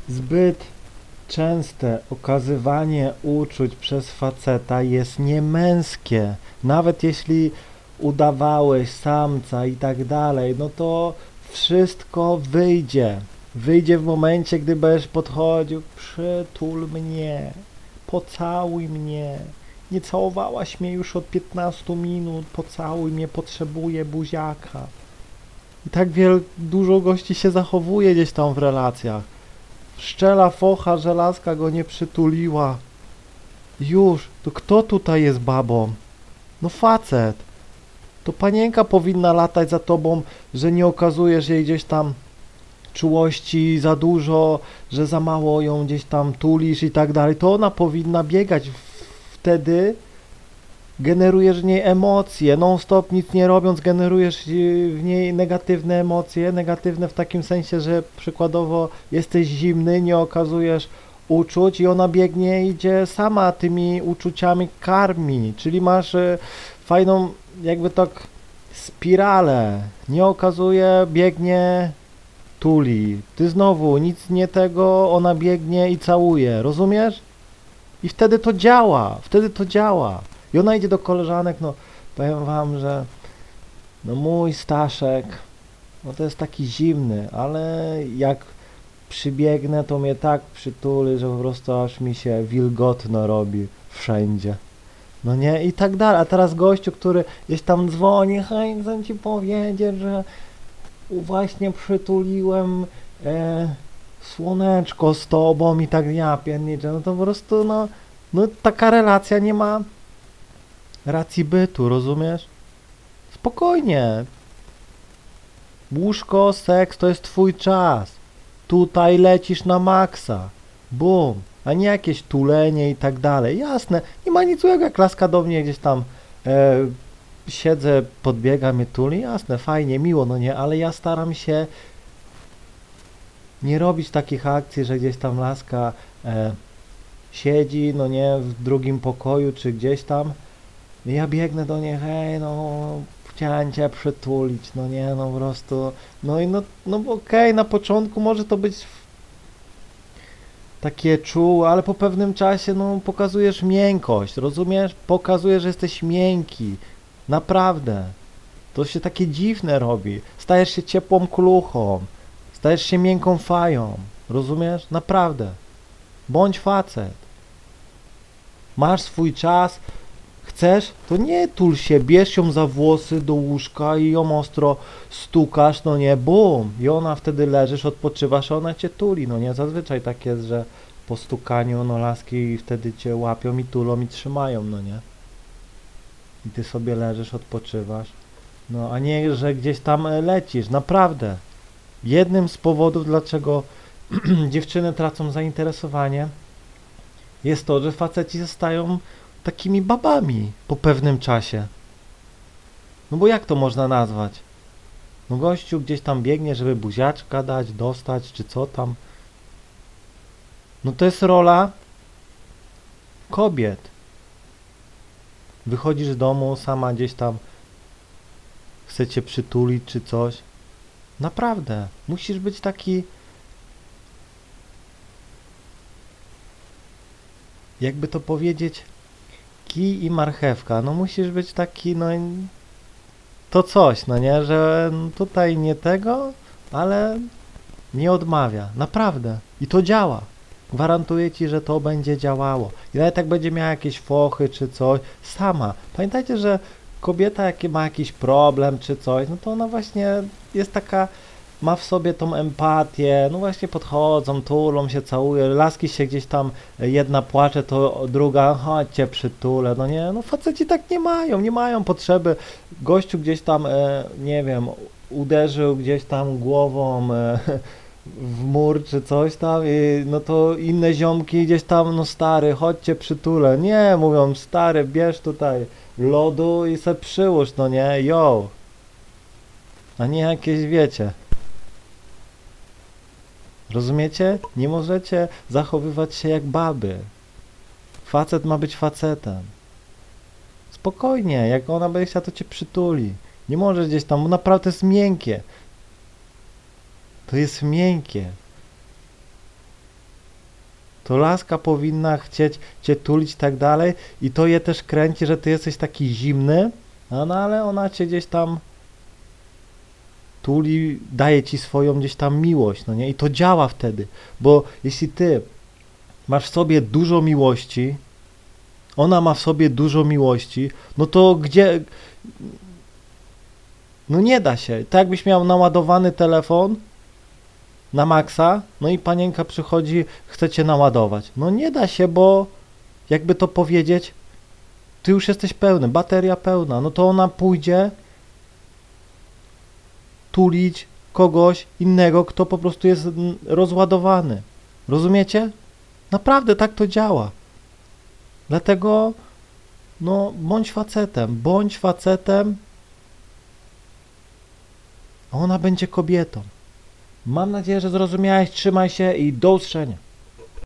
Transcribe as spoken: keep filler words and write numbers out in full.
Zbyt częste okazywanie uczuć przez faceta jest niemęskie. Nawet jeśli udawałeś samca i tak dalej, no to wszystko wyjdzie. Wyjdzie w momencie, gdy będziesz podchodził, przytul mnie, pocałuj mnie. Nie całowałaś mnie już od piętnastu minut, pocałuj mnie, potrzebuję buziaka. I tak wiel, dużo gości się zachowuje gdzieś tam w relacjach. Szczela focha, że laska go nie przytuliła. Już, to kto tutaj jest babą? No facet. To panienka powinna latać za tobą, że nie okazujesz jej gdzieś tam czułości za dużo, że za mało ją gdzieś tam tulisz i tak dalej. To ona powinna biegać. Wtedy generujesz w niej emocje, non stop nic nie robiąc, generujesz w niej negatywne emocje, negatywne w takim sensie, że przykładowo jesteś zimny, nie okazujesz uczuć i ona biegnie i idzie sama tymi uczuciami karmi, czyli masz y, fajną jakby tak spiralę, nie okazuje, biegnie, tuli, ty znowu nic nie tego, ona biegnie i całuje, rozumiesz? I wtedy to działa, wtedy to działa. I ona idzie do koleżanek, no powiem wam, że no mój Staszek, no to jest taki zimny, ale jak przybiegnę, to mnie tak przytuli, że po prostu aż mi się wilgotno robi wszędzie. No nie, i tak dalej. A teraz gościu, który gdzieś tam dzwoni, hej, chcę ci powiedzieć, że właśnie przytuliłem e, słoneczko z tobą i tak ja pierniczę, no to po prostu no, no taka relacja nie ma racji bytu, rozumiesz? Spokojnie. Łóżko, seks to jest twój czas. Tutaj lecisz na maksa. Bum. A nie jakieś tulenie i tak dalej. Jasne, nie ma nic złego, jak laska do mnie gdzieś tam e, siedzę, podbiega mnie tuli. Jasne, fajnie, miło, no nie, ale ja staram się nie robić takich akcji, że gdzieś tam laska e, siedzi, no nie, w drugim pokoju czy gdzieś tam. Ja biegnę do niej, hej, no chciałem cię przytulić, no nie, no po prostu, no i no, no okej, okay, na początku może to być takie czułe, ale po pewnym czasie, no pokazujesz miękkość, rozumiesz? Pokazujesz, że jesteś miękki, naprawdę. To się takie dziwne robi, stajesz się ciepłą kluchą, stajesz się miękką fają, rozumiesz? Naprawdę. Bądź facet. Masz swój czas. Chcesz? To nie tul się, bierz ją za włosy do łóżka i ją ostro stukasz, no nie, bum! I ona wtedy leżysz, odpoczywasz, a ona cię tuli, no nie? Zazwyczaj tak jest, że po stukaniu, no laski wtedy cię łapią i tulą i trzymają, no nie? I ty sobie leżysz, odpoczywasz. No, a nie, że gdzieś tam lecisz, naprawdę. Jednym z powodów, dlaczego dziewczyny tracą zainteresowanie, jest to, że faceci zostają takimi babami po pewnym czasie. No bo jak to można nazwać? No gościu gdzieś tam biegnie, żeby buziaczka dać, dostać, czy co tam. No to jest rola kobiet. Wychodzisz z domu, sama gdzieś tam chce cię przytulić, czy coś. Naprawdę. Musisz być taki, jakby to powiedzieć, kij i marchewka. No musisz być taki, no to coś, no nie, że tutaj nie tego, ale nie odmawia. Naprawdę. I to działa. Gwarantuję ci, że to będzie działało. I nawet jak będzie miała jakieś fochy czy coś, sama. Pamiętajcie, że kobieta jak ma jakiś problem czy coś, no to ona właśnie jest taka, ma w sobie tą empatię, no właśnie podchodzą, tulą się, całuje, laski się gdzieś tam, jedna płacze, to druga, chodźcie przytulę, no nie, no faceci tak nie mają, nie mają potrzeby, gościu gdzieś tam, e, nie wiem, uderzył gdzieś tam głową e, w mur czy coś tam i no to inne ziomki gdzieś tam, no stary, chodźcie przytulę, nie, mówią, stary, bierz tutaj lodu i se przyłóż, no nie, yo, a nie jakieś, wiecie. Rozumiecie? Nie możecie zachowywać się jak baby. Facet ma być facetem. Spokojnie, jak ona będzie chciała, to cię przytuli. Nie możesz gdzieś tam, bo naprawdę jest miękkie. To jest miękkie. to laska powinna chcieć cię tulić i tak dalej i to je też kręci, że ty jesteś taki zimny, no, no ale ona cię gdzieś tam tuli, daje ci swoją gdzieś tam miłość, no nie? I to działa wtedy, bo jeśli ty masz w sobie dużo miłości, ona ma w sobie dużo miłości, no to gdzie... No nie da się. Tak jakbyś miał naładowany telefon na maksa, no i panienka przychodzi, chce cię naładować. No nie da się, bo jakby to powiedzieć, ty już jesteś pełny, bateria pełna, no to ona pójdzie tulić kogoś innego, kto po prostu jest rozładowany. Rozumiecie? Naprawdę tak to działa. Dlatego, no, bądź facetem, bądź facetem, a ona będzie kobietą. Mam nadzieję, że zrozumiałeś, trzymaj się i do usłyszenia.